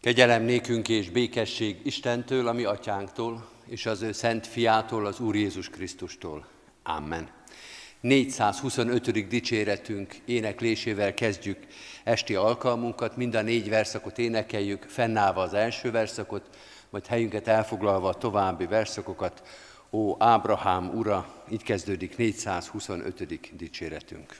Kegyelem nékünk és békesség Istentől, a mi atyánktól, és az ő szent fiától, az Úr Jézus Krisztustól. Amen. 425. dicséretünk éneklésével kezdjük esti alkalmunkat. Mind a 4 verszakot énekeljük, fennállva az első verszakot, majd helyünket elfoglalva a további verszakokat. Ó, Ábrahám ura, így kezdődik 425. dicséretünk.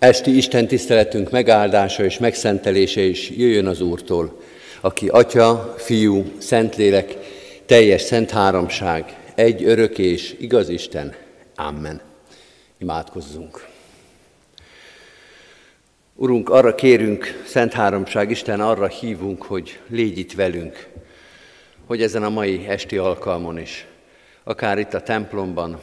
Esti Isten tiszteletünk megáldása és megszentelése is jöjjön az Úrtól, aki Atya, Fiú, Szentlélek, teljes szent háromság, egy örök és igaz Isten. Amen. Imádkozzunk. Urunk, arra kérünk, Szent Háromság Isten, arra hívunk, hogy légy itt velünk, hogy ezen a mai esti alkalmon is, akár itt a templomban,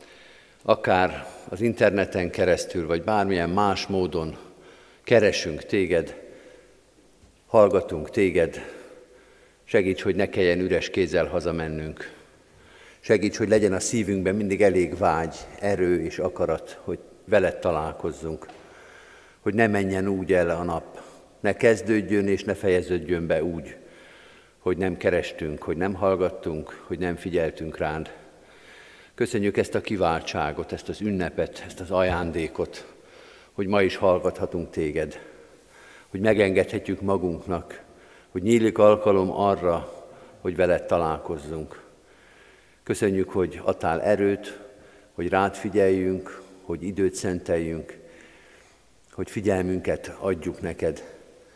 akár az interneten keresztül, vagy bármilyen más módon keresünk téged, hallgatunk téged, segíts, hogy ne kelljen üres kézzel hazamennünk. Segíts, hogy legyen a szívünkben mindig elég vágy, erő és akarat, hogy veled találkozzunk, hogy ne menjen úgy el a nap, ne kezdődjön és ne fejeződjön be úgy, hogy nem kerestünk, hogy nem hallgattunk, hogy nem figyeltünk rád. Köszönjük ezt a kiváltságot, ezt az ünnepet, ezt az ajándékot, hogy ma is hallgathatunk téged, hogy megengedhetjük magunknak, hogy nyílik alkalom arra, hogy veled találkozzunk. Köszönjük, hogy adtál erőt, hogy rád figyeljünk, hogy időt szenteljünk, hogy figyelmünket adjuk neked.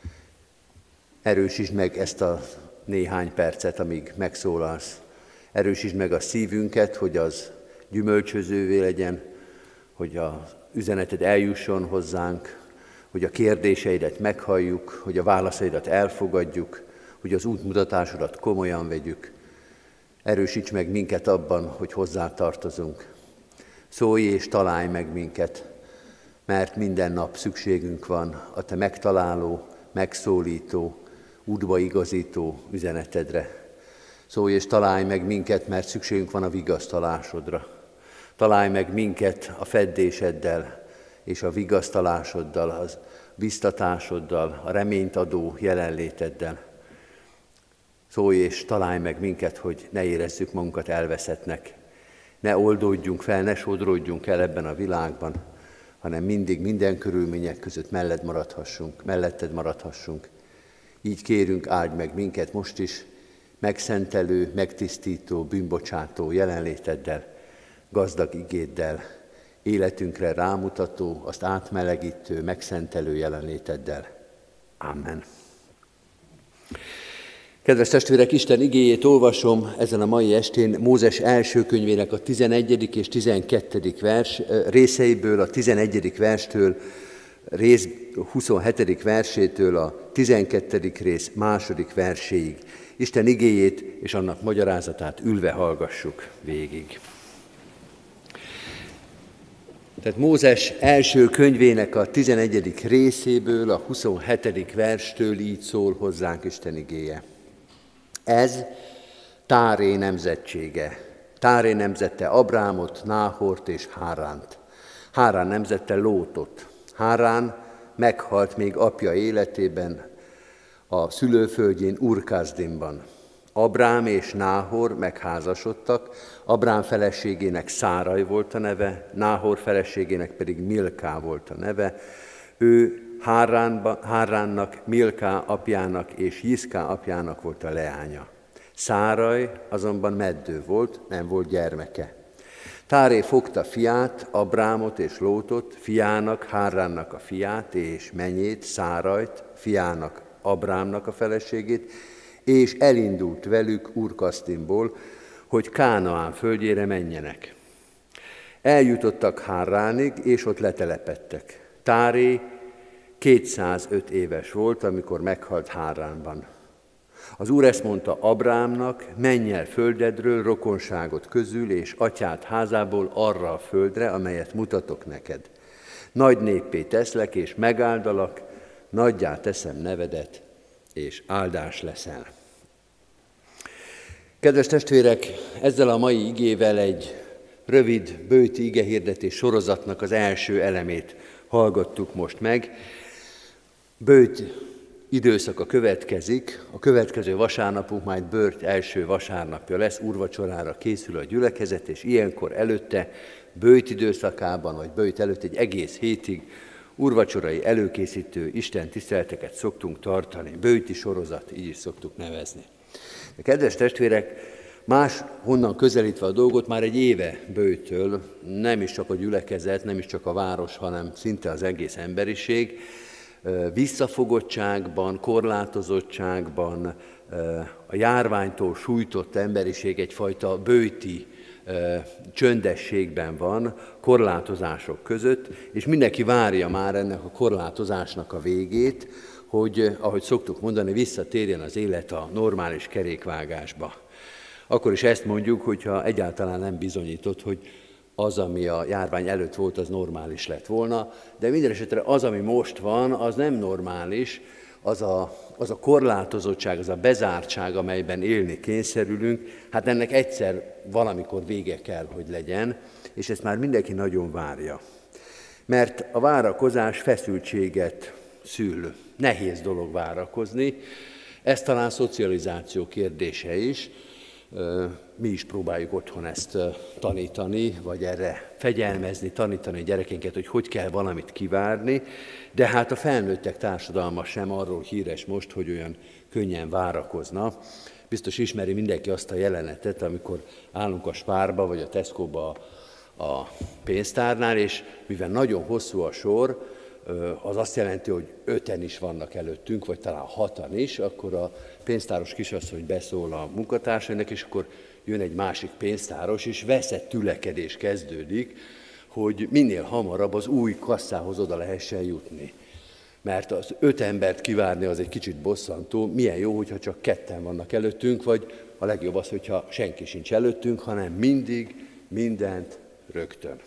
Erősítsd meg ezt a néhány percet, amíg megszólalsz. Erősítsd meg a szívünket, hogy az gyümölcsözővé legyen, hogy az üzeneted eljusson hozzánk, hogy a kérdéseidet meghalljuk, hogy a válaszaidat elfogadjuk, hogy az útmutatásodat komolyan vegyük. Erősíts meg minket abban, hogy hozzá tartozunk. Szólj és találj meg minket, mert minden nap szükségünk van a te megtaláló, megszólító, útba igazító üzenetedre. Szólj és találj meg minket, mert szükségünk van a vigasztalásodra. Találj meg minket a feddéseddel és a vigasztalásoddal, az biztatásoddal, a reményt adó jelenléteddel. Szólj és találj meg minket, hogy ne érezzük magunkat elveszettnek, ne oldódjunk fel, ne sodródjunk el ebben a világban, hanem mindig, minden körülmények között melletted maradhassunk. Így kérünk, áldj meg minket most is, megszentelő, megtisztító, bűnbocsátó jelenléteddel, gazdag igéddel, életünkre rámutató, azt átmelegítő, megszentelő jelenléteddel. Amen. Kedves testvérek, Isten igéjét olvasom ezen a mai estén Mózes első könyvének a 11. és 12. részeiből, a 11. verstől, 27. versétől a 12. rész 2. verséig. Isten igéjét és annak magyarázatát ülve hallgassuk végig. Tehát Mózes első könyvének a 11. részéből, a 27. verstől így szól hozzánk Isten igéje. Ez Táré nemzetsége. Táré nemzette Abrámot, Náhort és Háránt. Hárán nemzette Lótot. Hárán meghalt még apja életében a szülőföldjén Ur-Kasdimban. Abrám és Náhor megházasodtak, Abrám feleségének Száraj volt a neve, Náhor feleségének pedig Milká volt a neve. Ő Háránnak, Milká apjának és Jiszká apjának volt a leánya. Száraj azonban meddő volt, nem volt gyermeke. Táré fogta fiát, Abrámot és Lótot, fiának, Háránnak a fiát és menyét, Szárajt, fiának, Abrámnak a feleségét, és elindult velük Ur-Kasdimból, hogy Kánaán földjére menjenek. Eljutottak Háránig, és ott letelepedtek. Táré 205 éves volt, amikor meghalt Háránban. Az Úr ezt mondta Abrámnak, menj el földedről, rokonságot közül, és atyád házából arra a földre, amelyet mutatok neked. Nagy néppé teszlek, és megáldalak, nagyjá teszem nevedet, és áldás leszel. Kedves testvérek, ezzel a mai igével egy rövid, bőti igehirdetés sorozatnak az első elemét hallgattuk most meg. Bőt időszaka következik, a következő vasárnapunk majd bőt első vasárnapja lesz, úrvacsorára készül a gyülekezet, és ilyenkor előtte, bőt időszakában, vagy bőt előtt egy egész hétig úrvacsorai előkészítő Isten tiszteleteket szoktunk tartani. Bőti sorozat, így is szoktuk nevezni. De kedves testvérek, Más honnan közelítve a dolgot, már egy éve bőjtől nem is csak a gyülekezet, nem is csak a város, hanem szinte az egész emberiség visszafogottságban, korlátozottságban, a járványtól sújtott emberiség egyfajta bőjti csöndességben van, korlátozások között, és mindenki várja már ennek a korlátozásnak a végét, hogy, ahogy szoktuk mondani, visszatérjen az élet a normális kerékvágásba. Akkor is ezt mondjuk, hogyha egyáltalán nem bizonyított, hogy az, ami a járvány előtt volt, az normális lett volna, de minden esetre az, ami most van, az nem normális, az a korlátozottság, az a bezártság, amelyben élni kényszerülünk, hát ennek egyszer valamikor vége kell, hogy legyen, és ezt már mindenki nagyon várja. Mert a várakozás feszültséget szül. Nehéz dolog várakozni, ez talán szocializáció kérdése is. Mi is próbáljuk otthon ezt tanítani, vagy erre fegyelmezni, tanítani a gyerekeinket, hogy kell valamit kivárni, de hát a felnőttek társadalma sem arról híres most, hogy olyan könnyen várakozna. Biztos ismeri mindenki azt a jelenetet, amikor állunk a Spárba vagy a Tesco-ba a pénztárnál, és mivel nagyon hosszú a sor, az azt jelenti, hogy 5-en is vannak előttünk, vagy talán 6-an is, akkor a pénztáros kisasszony beszól a munkatársainak, és akkor jön egy másik pénztáros, és veszett tülekedés kezdődik, hogy minél hamarabb az új kasszához oda lehessen jutni. Mert az 5 embert kivárni az egy kicsit bosszantó, milyen jó, hogyha csak 2-en vannak előttünk, vagy a legjobb az, hogyha senki sincs előttünk, hanem mindig, mindent rögtön.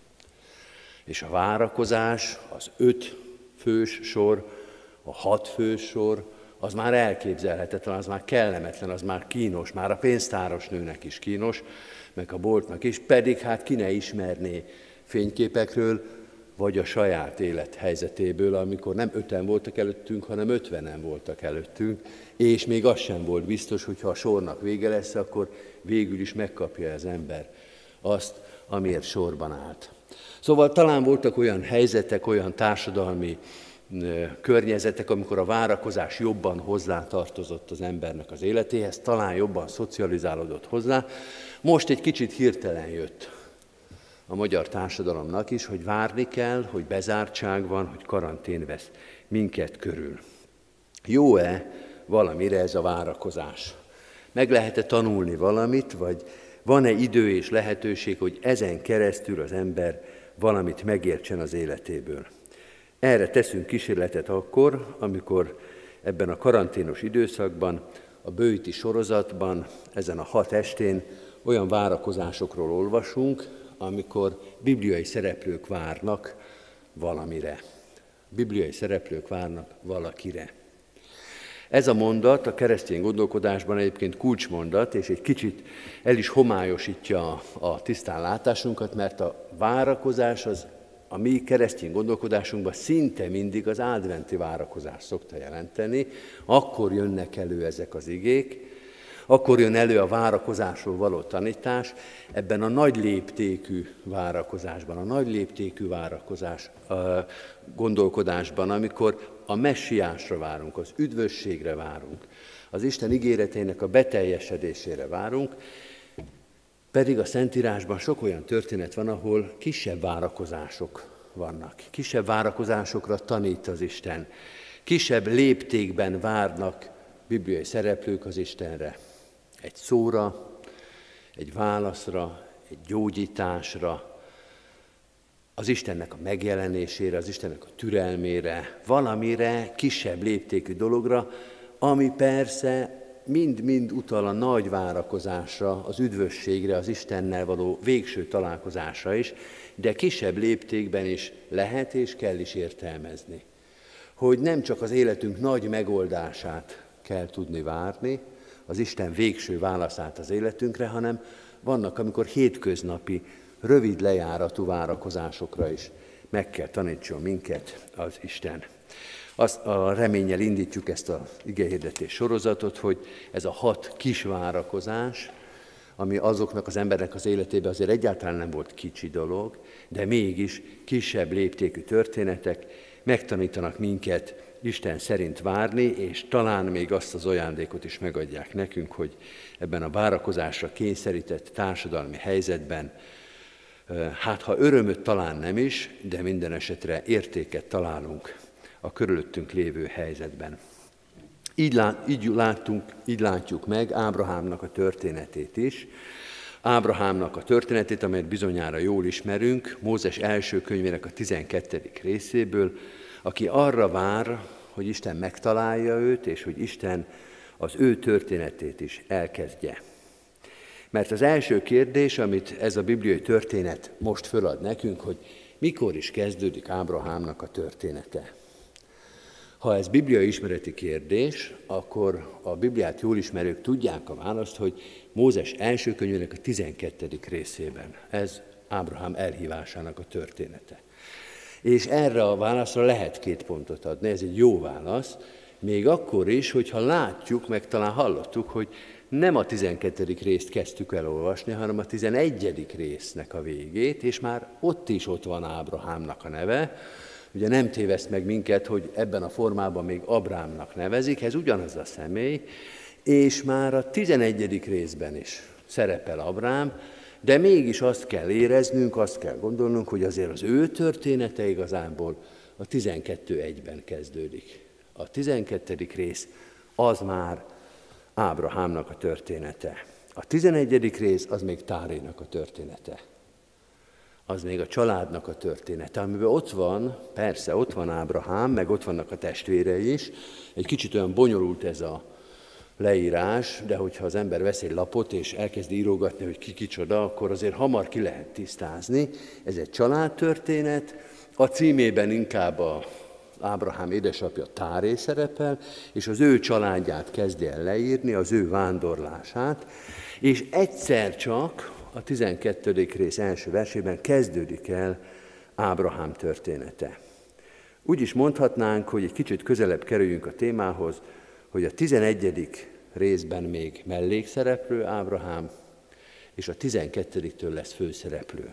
És a várakozás, az 5 fős sor, a 6 fős sor, az már elképzelhetetlen, az már kellemetlen, az már kínos, már a pénztáros nőnek is kínos, meg a boltnak is, pedig hát ki ne ismerné fényképekről, vagy a saját élethelyzetéből, amikor nem 5-en voltak előttünk, hanem 50-en voltak előttünk, és még az sem volt biztos, hogy ha a sornak vége lesz, akkor végül is megkapja az ember azt, amiért sorban állt. Szóval talán voltak olyan helyzetek, olyan társadalmi környezetek, amikor a várakozás jobban hozzátartozott az embernek az életéhez, talán jobban szocializálódott hozzá. Most egy kicsit hirtelen jött a magyar társadalomnak is, hogy várni kell, hogy bezártság van, hogy karantén vesz minket körül. Jó-e valamire ez a várakozás? Meg lehet-e tanulni valamit, vagy van-e idő és lehetőség, hogy ezen keresztül az ember valamit megértsen az életéből? Erre teszünk kísérletet akkor, amikor ebben a karanténos időszakban, a bőjti sorozatban, ezen a 6 estén olyan várakozásokról olvasunk, amikor bibliai szereplők várnak valamire. Bibliai szereplők várnak valakire. Ez a mondat a keresztény gondolkodásban egyébként kulcsmondat, és egy kicsit el is homályosítja a tisztánlátásunkat, mert a várakozás az a mi keresztény gondolkodásunkban szinte mindig az adventi várakozás szokta jelenteni, akkor jönnek elő ezek az igék, akkor jön elő a várakozásról való tanítás, ebben a nagy léptékű várakozásban, a nagy léptékű gondolkodásban, amikor a messiásra várunk, az üdvösségre várunk, az Isten ígéreteinek a beteljesedésére várunk, pedig a Szentírásban sok olyan történet van, ahol kisebb várakozások vannak. Kisebb várakozásokra tanít az Isten. Kisebb léptékben várnak bibliai szereplők az Istenre. Egy szóra, egy válaszra, egy gyógyításra, az Istennek a megjelenésére, az Istennek a türelmére, valamire, kisebb léptékű dologra, ami persze mind-mind utal a nagy várakozásra, az üdvösségre, az Istennel való végső találkozásra is, de kisebb léptékben is lehet és kell is értelmezni. Hogy nem csak az életünk nagy megoldását kell tudni várni, az Isten végső válaszát az életünkre, hanem vannak, amikor hétköznapi, rövid lejáratú várakozásokra is meg kell tanítson minket az Isten. Azt a reménnyel indítjuk ezt az igehirdetés sorozatot, hogy ez a 6 kis várakozás, ami azoknak az embernek az életében azért egyáltalán nem volt kicsi dolog, de mégis kisebb léptékű történetek megtanítanak minket Isten szerint várni, és talán még azt az ajándékot is megadják nekünk, hogy ebben a várakozásra kényszerített társadalmi helyzetben, hát ha örömöt talán nem is, de minden esetre értéket találunk a körülöttünk lévő helyzetben. Így látjuk meg Ábrahámnak a történetét is. Ábrahámnak a történetét, amelyet bizonyára jól ismerünk, Mózes első könyvének a 12. részéből, aki arra vár, hogy Isten megtalálja őt, és hogy Isten az ő történetét is elkezdje. Mert az első kérdés, amit ez a bibliai történet most fölad nekünk, hogy mikor is kezdődik Ábrahámnak a története. Ha ez bibliai ismereti kérdés, akkor a Bibliát jól ismerők tudják a választ, hogy Mózes első könyvének a 12. részében. Ez Ábrahám elhívásának a története. És erre a válaszra lehet 2 pontot adni, ez egy jó válasz, még akkor is, hogyha látjuk, meg talán hallottuk, hogy nem a 12. részt kezdtük el olvasni, hanem a 11. résznek a végét, és már ott van Ábrahámnak a neve. Ugye nem téveszt meg minket, hogy ebben a formában még Abrámnak nevezik, ez ugyanaz a személy, és már a 11. részben is szerepel Abrám, de mégis azt kell éreznünk, azt kell gondolnunk, hogy azért az ő története igazából a 12.1-ben kezdődik. A 12. rész az már Ábrahámnak a története. A 11. rész az még Tárénak a története. Az még a családnak a története, amiben ott van Ábrahám, meg ott vannak a testvérei is. Egy kicsit olyan bonyolult ez a leírás, de hogyha az ember vesz egy lapot és elkezd írogatni, hogy ki kicsoda, akkor azért hamar ki lehet tisztázni. Ez egy családtörténet, a címében inkább Ábrahám édesapja Táré szerepel, és az ő családját kezdi el leírni, az ő vándorlását, és egyszer csak a 12. rész első versében kezdődik el Ábrahám története. Úgy is mondhatnánk, hogy egy kicsit közelebb kerüljünk a témához, hogy a 11. részben még mellékszereplő Ábrahám, és a 12-től lesz főszereplő.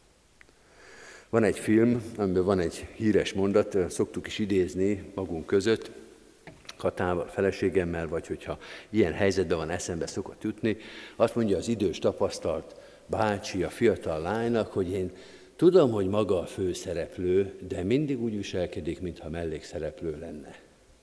Van egy film, amiben van egy híres mondat, szoktuk is idézni magunk között, Katával, feleségemmel, vagy hogyha ilyen helyzetben van, eszembe szokott jutni, azt mondja az idős tapasztalt bácsi a fiatal lánynak, hogy én tudom, hogy maga a főszereplő, de mindig úgy viselkedik, mintha mellékszereplő lenne.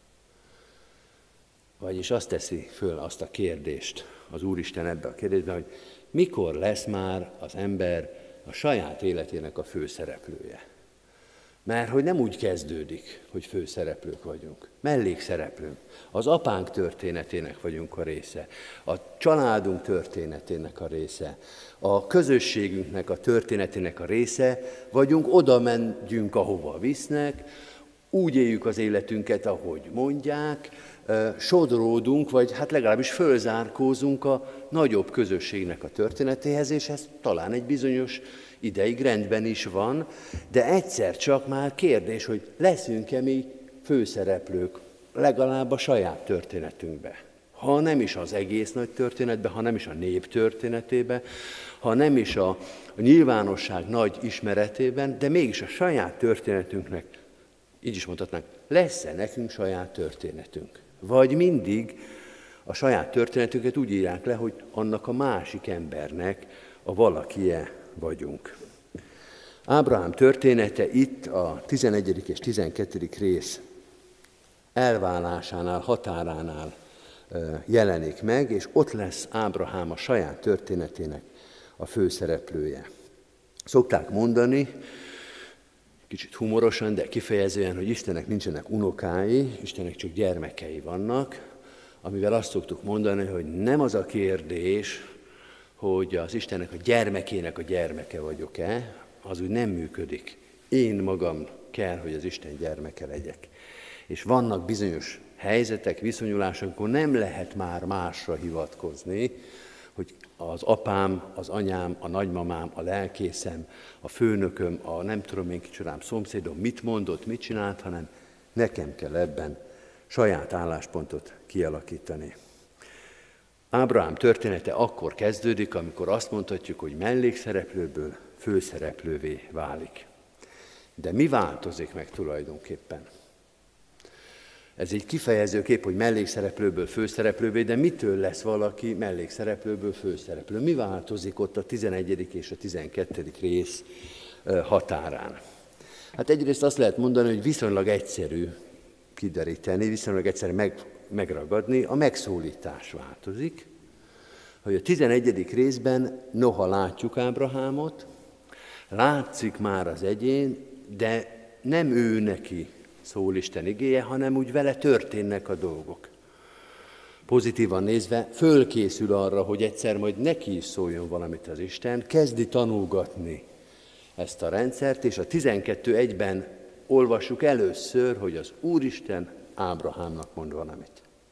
Vagyis azt teszi föl azt a kérdést az Úristen ebben a kérdésben, hogy mikor lesz már az ember a saját életének a főszereplője. Mert hogy nem úgy kezdődik, hogy főszereplők vagyunk, mellékszereplők. Az apánk történetének vagyunk a része, a családunk történetének a része, a közösségünknek a történetének a része vagyunk, oda menjünk, ahova visznek, úgy éljük az életünket, ahogy mondják, sodródunk, vagy hát legalábbis fölzárkózunk a nagyobb közösségnek a történetéhez, és ez talán egy bizonyos ideig rendben is van, de egyszer csak már kérdés, hogy leszünk-e mi főszereplők legalább a saját történetünkbe. Ha nem is az egész nagy történetbe, ha nem is a nép történetébe, ha nem is a nyilvánosság nagy ismeretében, de mégis a saját történetünknek, így is mondhatnánk, lesz-e nekünk saját történetünk? Vagy mindig a saját történetünket úgy írják le, hogy annak a másik embernek a valakie vagyunk. Ábrahám története itt a 11. és 12. rész elválásánál, határánál jelenik meg, és ott lesz Ábrahám a saját történetének a főszereplője. Szokták mondani, kicsit humorosan, de kifejezően, hogy Istennek nincsenek unokái, Istennek csak gyermekei vannak, amivel azt szoktuk mondani, hogy nem az a kérdés, hogy az Istennek a gyermekének a gyermeke vagyok-e, az úgy nem működik. Én magam kell, hogy az Isten gyermeke legyek. És vannak bizonyos helyzetek, viszonyulások, amikor nem lehet már másra hivatkozni, hogy az apám, az anyám, a nagymamám, a lelkészem, a főnököm, a nem tudom én kicsodám, szomszédom mit mondott, mit csinált, hanem nekem kell ebben saját álláspontot kialakítani. Ábrahám története akkor kezdődik, amikor azt mondhatjuk, hogy mellékszereplőből főszereplővé válik. De mi változik meg tulajdonképpen? Ez egy kifejező kép, hogy mellékszereplőből főszereplővé, de mitől lesz valaki mellékszereplőből főszereplő? Mi változik ott a 11. és a 12. rész határán? Hát egyrészt azt lehet mondani, hogy viszonylag egyszerű kideríteni, viszonylag egyszerű megragadni, a megszólítás változik, hogy a 11. részben noha látjuk Ábrahámot, látszik már az egyén, de nem ő neki szól Isten igéje, hanem úgy vele történnek a dolgok. Pozitívan nézve fölkészül arra, hogy egyszer majd neki is szóljon valamit az Isten, kezdi tanulgatni ezt a rendszert, és a 12.1-ben olvassuk először, hogy az Úristen Ábrahámnak mond valamit.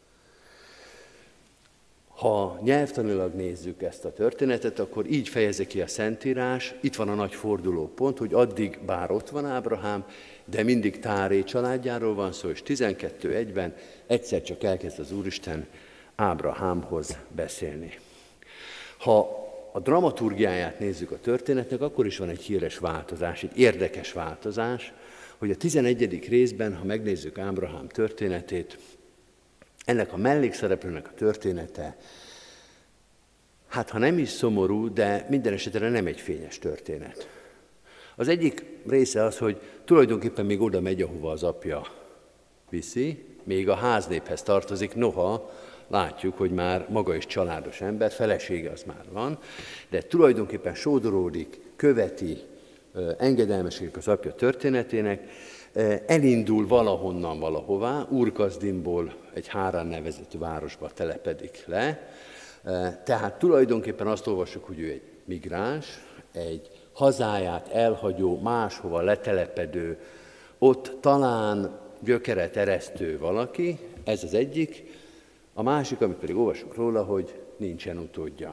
Ha nyelvtanilag nézzük ezt a történetet, akkor így fejezi ki a Szentírás, itt van a nagy fordulópont, hogy addig bár ott van Ábrahám, de mindig Táré családjáról van szó, és 12.1-ben egyszer csak elkezd az Úristen Ábrahámhoz beszélni. Ha a dramaturgiáját nézzük a történetnek, akkor is van egy híres változás, egy érdekes változás, hogy a 11. részben, ha megnézzük Ábrahám történetét, ennek a mellékszereplőnek a története, hát ha nem is szomorú, de minden esetre nem egy fényes történet. Az egyik része az, hogy tulajdonképpen még oda megy, ahova az apja viszi, még a háznéphez tartozik, noha látjuk, hogy már maga is családos ember, felesége az már van, de tulajdonképpen sódolódik, követi, engedelmeskedik az apja történetének, elindul valahonnan valahová, Úr-Kasdimból egy Hárán nevezetű városba telepedik le, tehát tulajdonképpen azt olvassuk, hogy ő egy migráns, egy hazáját elhagyó, máshova letelepedő, ott talán gyökeret eresztő valaki, ez az egyik, a másik, amit pedig olvasunk róla, hogy nincsen utódja.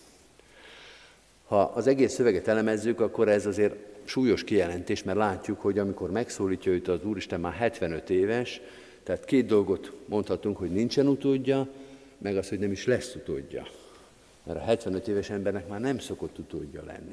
Ha az egész szöveget elemezzük, akkor ez azért súlyos kijelentés, mert látjuk, hogy amikor megszólítja őt az Úristen, már 75 éves, tehát két dolgot mondhatunk, hogy nincsen utódja, meg az, hogy nem is lesz utódja. Mert a 75 éves embernek már nem szokott utódja lenni.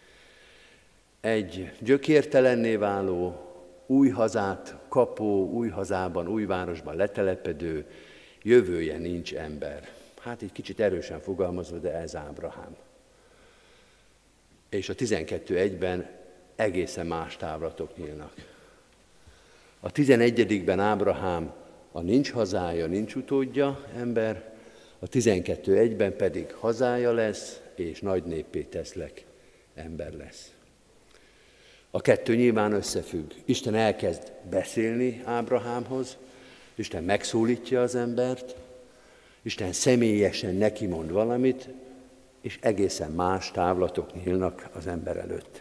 Egy gyökértelenné váló, új hazát kapó, új hazában, új városban letelepedő, jövője nincs ember. Hát egy kicsit erősen fogalmazva, de ez Ábrahám. És a 12.1-ben egészen más távlatok nyílnak. A 11.-ben Ábrahám a nincs hazája, nincs utódja ember, a 12.1-ben pedig hazája lesz, és nagy néppé teszlek, ember lesz. A kettő nyilván összefügg. Isten elkezd beszélni Ábrahámhoz, Isten megszólítja az embert, Isten személyesen neki mond valamit, és egészen más távlatok nyílnak az ember előtt.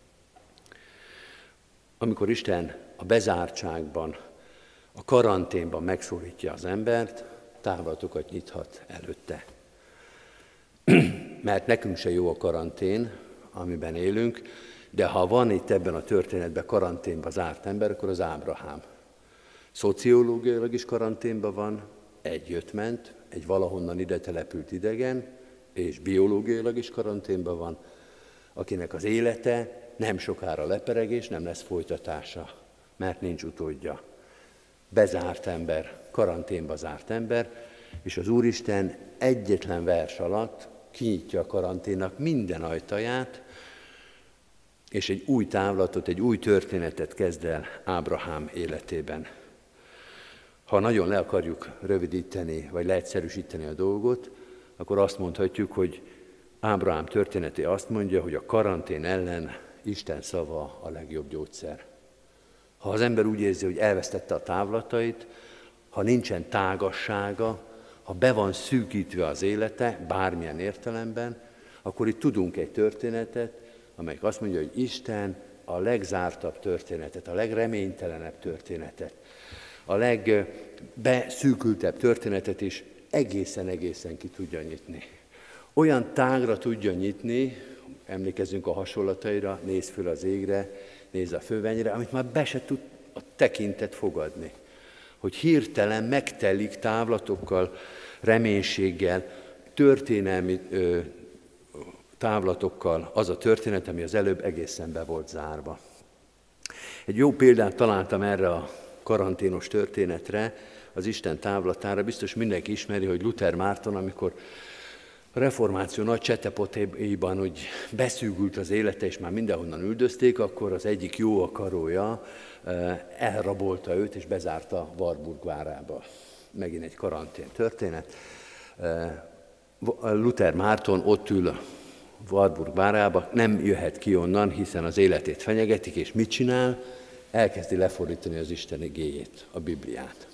Amikor Isten a bezártságban, a karanténban megszólítja az embert, távlatokat nyithat előtte. Mert nekünk se jó a karantén, amiben élünk, de ha van itt ebben a történetben karanténba zárt ember, akkor az Ábrahám. Szociológiailag is karanténban van, egy jött-ment, egy valahonnan ide települt idegen, és biológiailag is karanténban van, akinek az élete nem sokára lepereg, és nem lesz folytatása, mert nincs utódja. Bezárt ember, karanténba zárt ember, és az Úristen egyetlen vers alatt kinyitja a karanténnak minden ajtaját, és egy új távlatot, egy új történetet kezd el Ábrahám életében. Ha nagyon le akarjuk rövidíteni, vagy leegyszerűsíteni a dolgot, akkor azt mondhatjuk, hogy Ábrahám története azt mondja, hogy a karantén ellen Isten szava a legjobb gyógyszer. Ha az ember úgy érzi, hogy elvesztette a távlatait, ha nincsen tágassága, ha be van szűkítve az élete, bármilyen értelemben, akkor itt tudunk egy történetet, amelyik azt mondja, hogy Isten a legzártabb történetet, a legreménytelenebb történetet, a legbeszűkültebb történetet is egészen ki tudja nyitni. Olyan tágra tudja nyitni, emlékezzünk a hasonlataira, nézz föl az égre, nézz a fővenyre, amit már be se tud a tekintet fogadni. Hogy hirtelen megtelik távlatokkal, reménységgel, történelmi távlatokkal az a történet, ami az előbb egészen be volt zárva. Egy jó példát találtam erre a karanténos történetre, az Isten távlatára. Biztos mindenki ismeri, hogy Luther Márton, amikor a reformáció nagy csetepotéban úgy beszűgült az élete, és már mindenhonnan üldözték, akkor az egyik jó akarója elrabolta őt, és bezárta Warburg várába. Megint egy karantén történet. Luther Márton ott ül Warburg várába, nem jöhet ki onnan, hiszen az életét fenyegetik, és mit csinál? Elkezdi lefordítani az Isten igéjét, a Bibliát.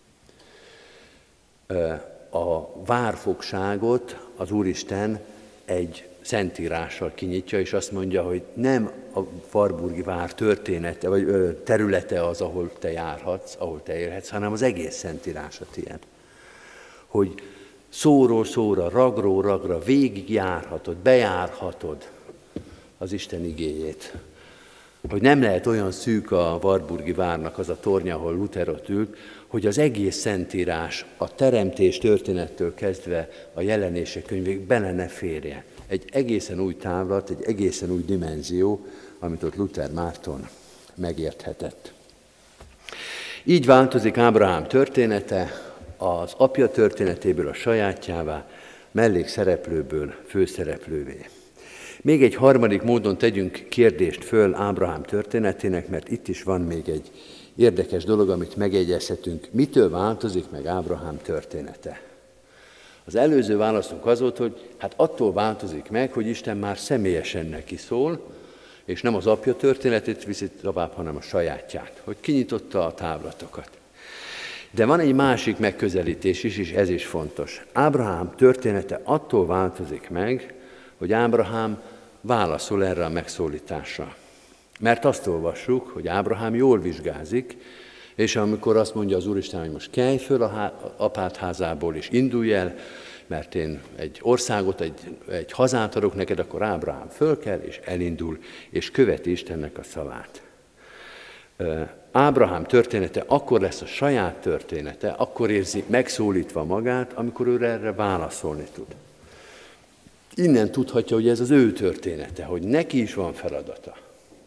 A várfogságot az Úristen egy szentírással kinyitja, és azt mondja, hogy nem a warburgi vár története, vagy területe az, ahol te járhatsz, ahol te élhetsz, hanem az egész szentírás a tiéd. Hogy szóról szóra, ragról ragra végigjárhatod, bejárhatod az Isten igéjét. Hogy nem lehet olyan szűk a warburgi várnak az a tornya, ahol Luther ott ült, hogy az egész szentírás a teremtés történettől kezdve a jelenések könyvéig bele ne férje. Egy egészen új távlat, egy egészen új dimenzió, amit ott Luther Márton megérthetett. Így változik Ábrahám története az apja történetéből a sajátjává, mellékszereplőből főszereplővé. Még egy harmadik módon tegyünk kérdést föl Ábrahám történetének, mert itt is van még egy érdekes dolog, amit megjegyezhetünk. Mitől változik meg Ábrahám története? Az előző válaszunk az volt, hogy hát attól változik meg, hogy Isten már személyesen neki szól, és nem az apja történetét viszi tovább, hanem a sajátját, hogy kinyitotta a távlatokat. De van egy másik megközelítés is, és ez is fontos. Ábrahám története attól változik meg, hogy Ábrahám válaszol erre a megszólításra. Mert azt olvassuk, hogy Ábrahám jól vizsgázik, és amikor azt mondja az Úristen, hogy most kelj föl apád házából, és indulj el, mert én egy országot, egy hazát adok neked, akkor Ábrahám fölkel, és elindul, és követi Istennek a szavát. Ábrahám története akkor lesz a saját története, akkor érzi megszólítva magát, amikor ő erre válaszolni tud. Innen tudhatja, hogy ez az ő története, hogy neki is van feladata.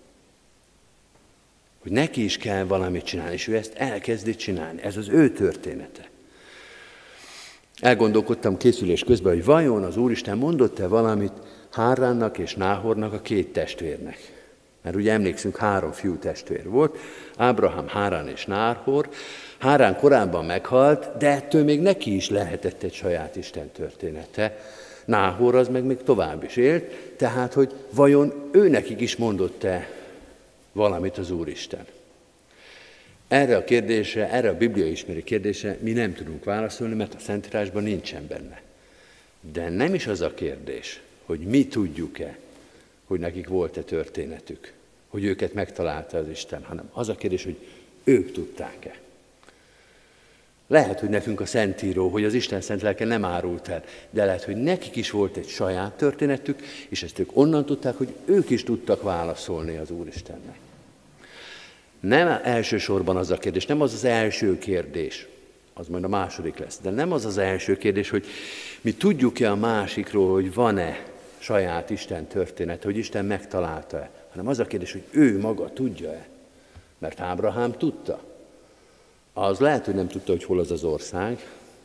Hogy neki is kell valamit csinálni, és ő ezt elkezdi csinálni. Ez az ő története. Elgondolkodtam készülés közben, hogy vajon az Úristen mondott-e valamit Hárránnak és Náhornak, a két testvérnek. Mert ugye emlékszünk, 3 fiú testvér volt, Ábrahám, Hárrán és Náhor. Hárrán korábban meghalt, de ettől még neki is lehetett egy saját Isten története. Náhor az meg még tovább is élt, tehát, hogy vajon ő nekik is mondott-e valamit az Úristen. Erre a kérdésre, erre a Biblia ismeri kérdésre mi nem tudunk válaszolni, mert a Szentírásban nincsen benne. De nem is az a kérdés, hogy mi tudjuk-e, hogy nekik volt-e történetük, hogy őket megtalálta az Isten, hanem az a kérdés, hogy ők tudták-e. Lehet, hogy nekünk a Szentíró, hogy az Isten szent lelke nem árult el, de lehet, hogy nekik is volt egy saját történetük, és ezt ők onnan tudták, hogy ők is tudtak válaszolni az Úristennek. Nem elsősorban az a kérdés, nem az az első kérdés, az majd a második lesz, de nem az az első kérdés, hogy mi tudjuk-e a másikról, hogy van-e saját Isten történet, hogy Isten megtalálta-e, hanem az a kérdés, hogy ő maga tudja-e, mert Ábrahám tudta. Az lehet, hogy nem tudta, hogy hol az az ország,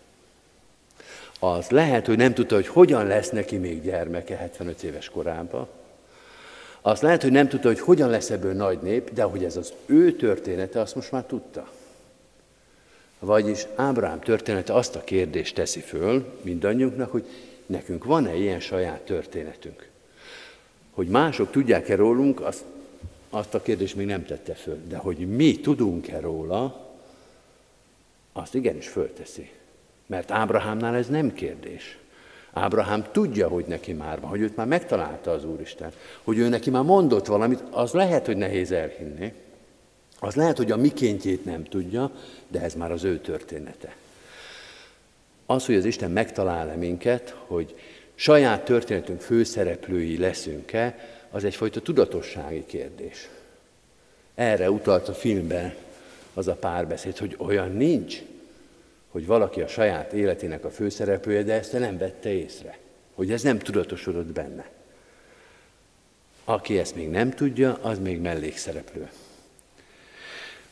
az lehet, hogy nem tudta, hogy hogyan lesz neki még gyermeke 75 éves korában, az lehet, hogy nem tudta, hogy hogyan lesz ebből nagy nép, de hogy ez az ő története, azt most már tudta. Vagyis Ábrahám története azt a kérdést teszi föl mindannyiunknak, hogy nekünk van-e ilyen saját történetünk. Hogy mások tudják-e rólunk, azt a kérdést még nem tette föl. De hogy mi tudunk-e róla, azt igenis fölteszi. Mert Ábrahámnál ez nem kérdés. Ábrahám tudja, hogy neki már van, hogy őt már megtalálta az Úristen, hogy ő neki már mondott valamit, az lehet, hogy nehéz elhinni, az lehet, hogy a mikéntjét nem tudja, de ez már az ő története. Az, hogy az Isten megtalál-e minket, hogy saját történetünk főszereplői leszünk-e, az egyfajta tudatossági kérdés. Erre utalt a filmben az a párbeszéd, hogy olyan nincs, hogy valaki a saját életének a főszereplője, de ezt nem vette észre, hogy ez nem tudatosodott benne. Aki ezt még nem tudja, az még mellékszereplő.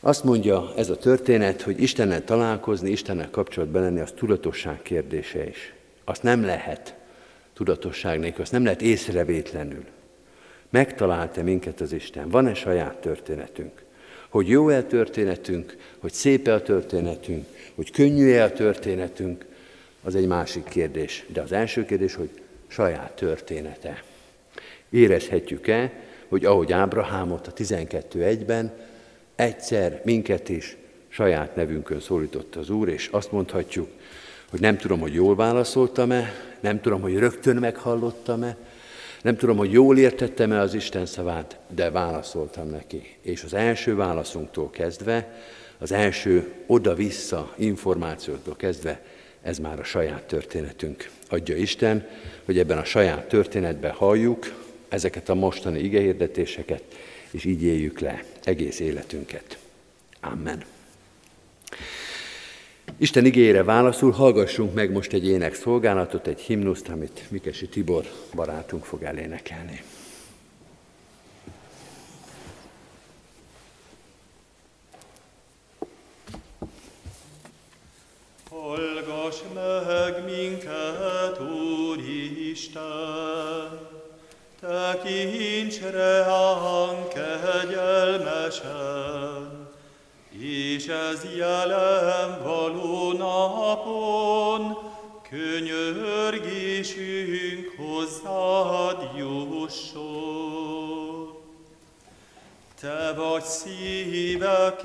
Azt mondja ez a történet, hogy Istennel találkozni, Istennel kapcsolatban lenni, az tudatosság kérdése is. Azt nem lehet tudatosság nélkül, azt nem lehet észrevétlenül. Megtalált-e minket az Isten? Van-e saját történetünk? Hogy jó-e a történetünk, hogy szép-e a történetünk, hogy könnyű-e a történetünk, az egy másik kérdés. De az első kérdés, hogy saját története. Érezhetjük-e, hogy ahogy Ábrahámot a 12:1-ben egyszer minket is saját nevünkön szólított az Úr, és azt mondhatjuk, hogy nem tudom, hogy jól válaszoltam-e, nem tudom, hogy rögtön meghallottam-e, nem tudom, hogy jól értettem-e az Isten szavát, de válaszoltam neki. És az első válaszunktól kezdve, az első oda-vissza információtól kezdve, ez már a saját történetünk. Adja Isten, hogy ebben a saját történetben halljuk ezeket a mostani igehirdetéseket, és így éljük le egész életünket. Amen. Isten igéjére válaszul hallgassunk meg most egy énekszolgálatot, egy himnuszt, amit Mikesi Tibor barátunk fog elénekelni. Hallgass meg minket, Úristen, tekints ránk kegyelmesen, és ez jelen való napon könyörgésünk hozzád jusson. Te vagy szívek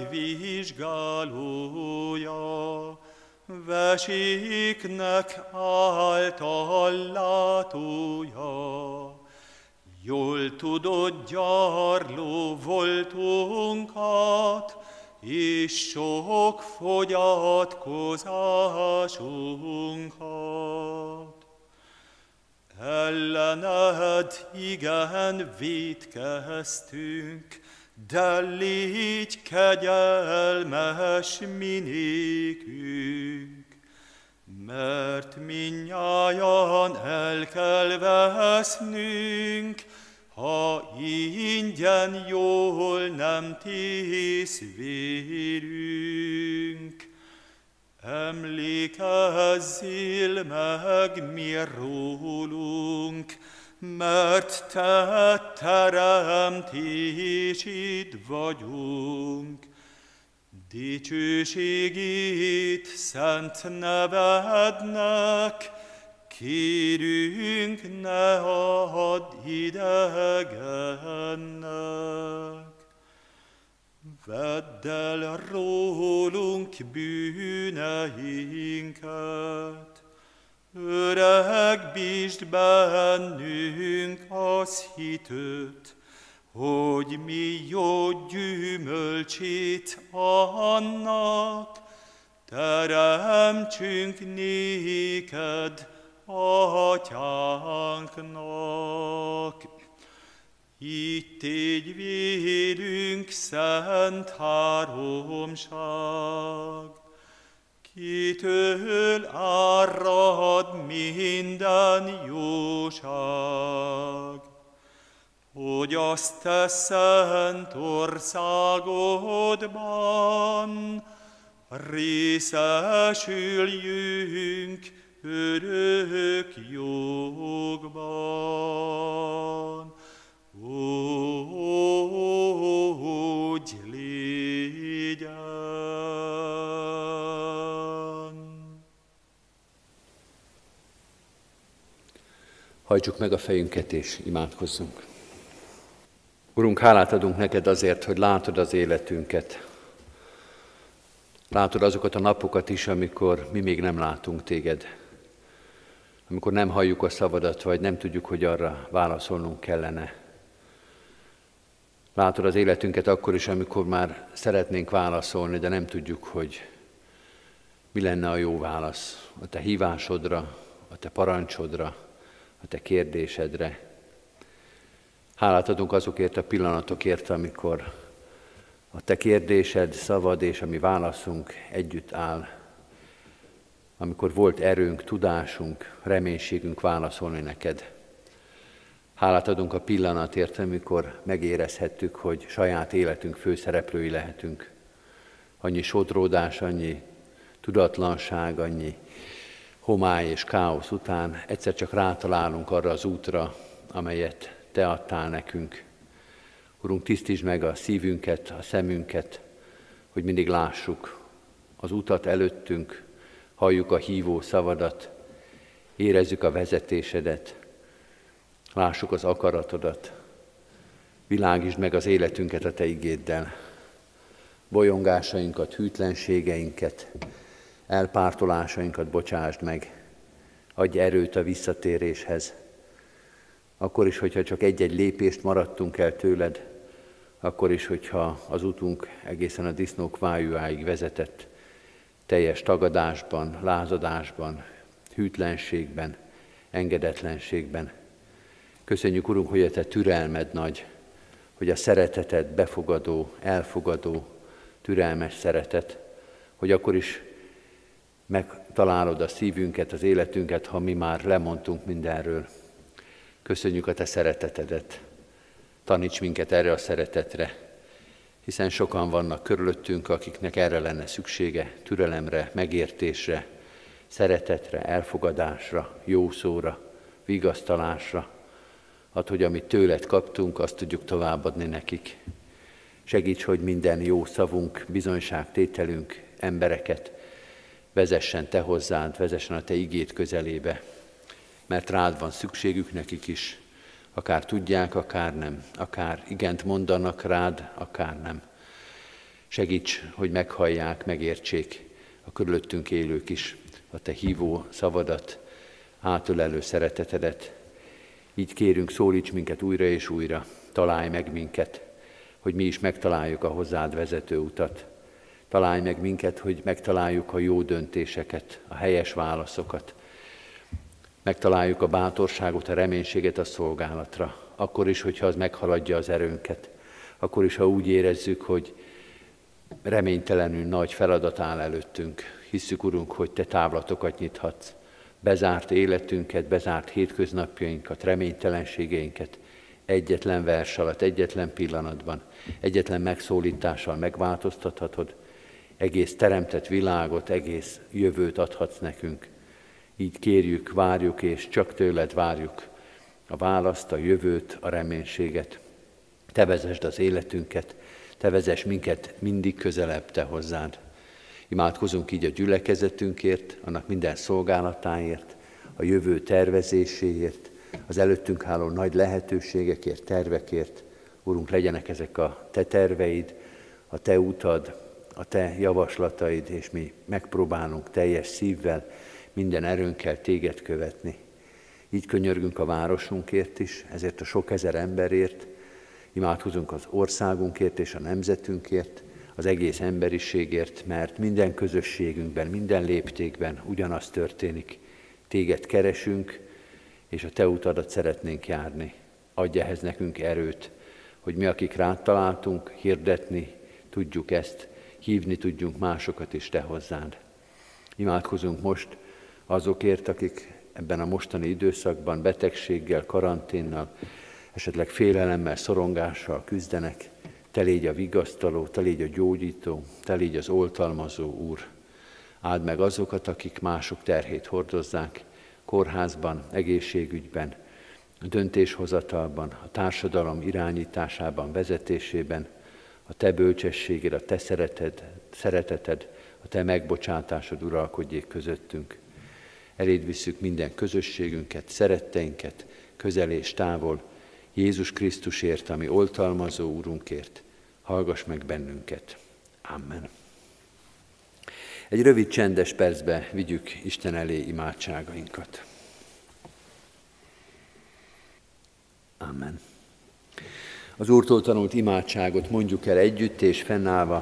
vizsgálója, veséknek által látója. Jól tudod gyarló voltunkat, és sok fogyatkozásunkat. Ellened igen vétkeztünk, de légy kegyelmes mi nékünk, mert mindnyájan el kell vesznünk, ha ingyen jól nem tész vérünk. Emlékezzél meg mi rólunk, mert te teremtésed vagyunk. Dicsőségét szent nevednek, kérünk, ne add idegennek. Vedd el rólunk bűneinket, öregbítsd bennünk az hitet, hogy mi jó gyümölcsét annak teremtsünk néked, Atyánknak. Így tégy vélünk szent háromság, kitől árad minden jóság, hogy azt te szent országodban részesüljünk örök jogban. Úgy legyen. Hajtsuk meg a fejünket és imádkozzunk. Urunk, hálát adunk neked azért, hogy látod az életünket. Látod azokat a napokat is, amikor mi még nem látunk téged. Amikor nem halljuk a szavadat, vagy nem tudjuk, hogy arra válaszolnunk kellene. Látod az életünket akkor is, amikor már szeretnénk válaszolni, de nem tudjuk, hogy mi lenne a jó válasz a te hívásodra, a te parancsodra, a te kérdésedre. Hálát adunk azokért a pillanatokért, amikor a te kérdésed, szavad és a mi válaszunk együtt áll. Amikor volt erőnk, tudásunk, reménységünk válaszolni neked. Hálát adunk a pillanatért, amikor megérezhettük, hogy saját életünk főszereplői lehetünk. annyi sodródás, annyi tudatlanság, annyi homály és káosz után egyszer csak rátalálunk arra az útra, amelyet Te adtál nekünk. Urunk, tisztítsd meg a szívünket, a szemünket, hogy mindig lássuk az utat előttünk, halljuk a hívó szavadat, érezzük a vezetésedet, lássuk az akaratodat, világítsd meg az életünket a Te igéddel, bolyongásainkat, hűtlenségeinket, elpártolásainkat bocsásd meg, adj erőt a visszatéréshez. Akkor is, hogyha csak egy-egy lépést maradtunk el tőled, akkor is, hogyha az utunk egészen a disznók vájúáig vezetett, teljes tagadásban, lázadásban, hűtlenségben, engedetlenségben. Köszönjük, Urunk, hogy a Te türelmed nagy, hogy a szereteted befogadó, elfogadó, türelmes szeretet, hogy akkor is megtalálod a szívünket, az életünket, ha mi már lemondtunk mindenről. Köszönjük a Te szeretetedet. Taníts minket erre a szeretetre, hiszen sokan vannak körülöttünk, akiknek erre lenne szüksége, türelemre, megértésre, szeretetre, elfogadásra, jó szóra, vigasztalásra. Add, hogy amit tőled kaptunk, azt tudjuk továbbadni nekik. Segíts, hogy minden jó szavunk, bizonyságtételünk embereket vezessen Te hozzád, vezessen a Te igéd közelébe, mert rád van szükségük nekik is, akár tudják, akár nem, akár igent mondanak rád, akár nem. Segíts, hogy meghallják, megértsék a körülöttünk élők is a Te hívó szavadat, átölelő szeretetedet. Így kérünk, szólíts minket újra és újra, találj meg minket, hogy mi is megtaláljuk a hozzád vezető utat. Találj meg minket, hogy megtaláljuk a jó döntéseket, a helyes válaszokat. Megtaláljuk a bátorságot, a reménységet a szolgálatra. Akkor is, hogyha az meghaladja az erőnket. Akkor is, ha úgy érezzük, hogy reménytelenül nagy feladat áll előttünk. Hisszük, Urunk, hogy Te távlatokat nyithatsz. Bezárt életünket, bezárt hétköznapjainkat, reménytelenségeinket egyetlen vers alatt, egyetlen pillanatban, egyetlen megszólítással megváltoztathatod. Egész teremtett világot, egész jövőt adhatsz nekünk. Így kérjük, várjuk, és csak tőled várjuk a választ, a jövőt, a reménységet. Te vezesd az életünket, Te vezess minket mindig közelebb Te hozzád. Imádkozunk így a gyülekezetünkért, annak minden szolgálatáért, a jövő tervezéséért, az előttünk álló nagy lehetőségekért, tervekért. Urunk, legyenek ezek a Te terveid, a Te utad, a Te javaslataid, és mi megpróbálunk teljes szívvel, minden erőnkkel Téged követni. Így könyörgünk a városunkért is, ezért a sok ezer emberért, imádkozunk az országunkért és a nemzetünkért, az egész emberiségért, mert minden közösségünkben, minden léptékben ugyanaz történik. Téged keresünk, és a Te utadat szeretnénk járni. Adj ehhez nekünk erőt, hogy mi, akik rád találtunk, hirdetni tudjuk ezt, hívni tudjunk másokat is Te hozzád. Imádkozunk most azokért, akik ebben a mostani időszakban betegséggel, karanténnal, esetleg félelemmel, szorongással küzdenek. Te légy a vigasztaló, Te légy a gyógyító, Te légy az oltalmazó, Úr. Áld meg azokat, akik mások terhét hordozzák, kórházban, egészségügyben, a döntéshozatalban, a társadalom irányításában, vezetésében, a Te bölcsességed, a Te szereteted, a Te megbocsátásod uralkodjék közöttünk. Eléd visszük minden közösségünket, szeretteinket, közel és távol, Jézus Krisztusért, ami oltalmazó Úrunkért. Hallgass meg bennünket. Amen. Egy rövid csendes percbe vigyük Isten elé imádságainkat. Amen. Az Úrtól tanult imádságot mondjuk el együtt és fennállva.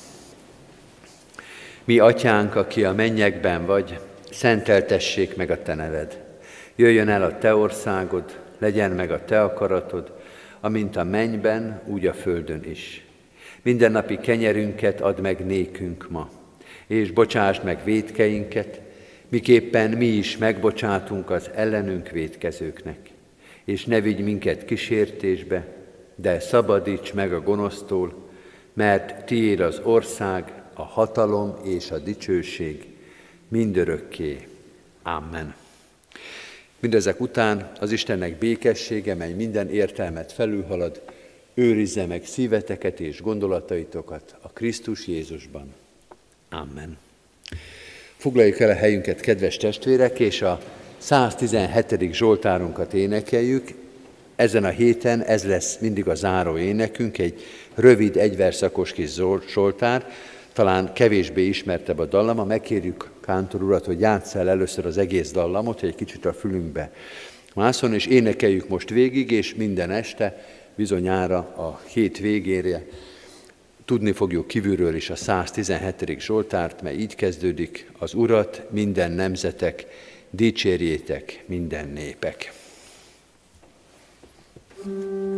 Mi atyánk, aki a mennyekben vagy, szenteltessék meg a Te neved. Jöjjön el a Te országod, legyen meg a Te akaratod, amint a mennyben, úgy a földön is. Mindennapi kenyerünket add meg nékünk ma, és bocsásd meg vétkeinket, miképpen mi is megbocsátunk az ellenünk vétkezőknek. És ne vigy minket kísértésbe, de szabadíts meg a gonosztól, mert Tiéd az ország, a hatalom és a dicsőség mindörökké. Amen. Mindezek után az Istennek békessége, mely minden értelmet felülhalad, őrizze meg szíveteket és gondolataitokat a Krisztus Jézusban. Amen. Foglaljuk el a helyünket, kedves testvérek, és a 117. Zsoltárunkat énekeljük. Ezen a héten ez lesz mindig a záró énekünk, egy rövid, egyverszakos kis zsoltár, talán kevésbé ismertebb a dallama. Megkérjük kántor urat, hogy játssza el először az egész dallamot, hogy egy kicsit a fülünkbe mászon, és énekeljük most végig, és minden este, bizonyára a hét végére tudni fogjuk kívülről is a 117. Zsoltárt, mely így kezdődik: az Urat minden nemzetek, dicsérjétek minden népek.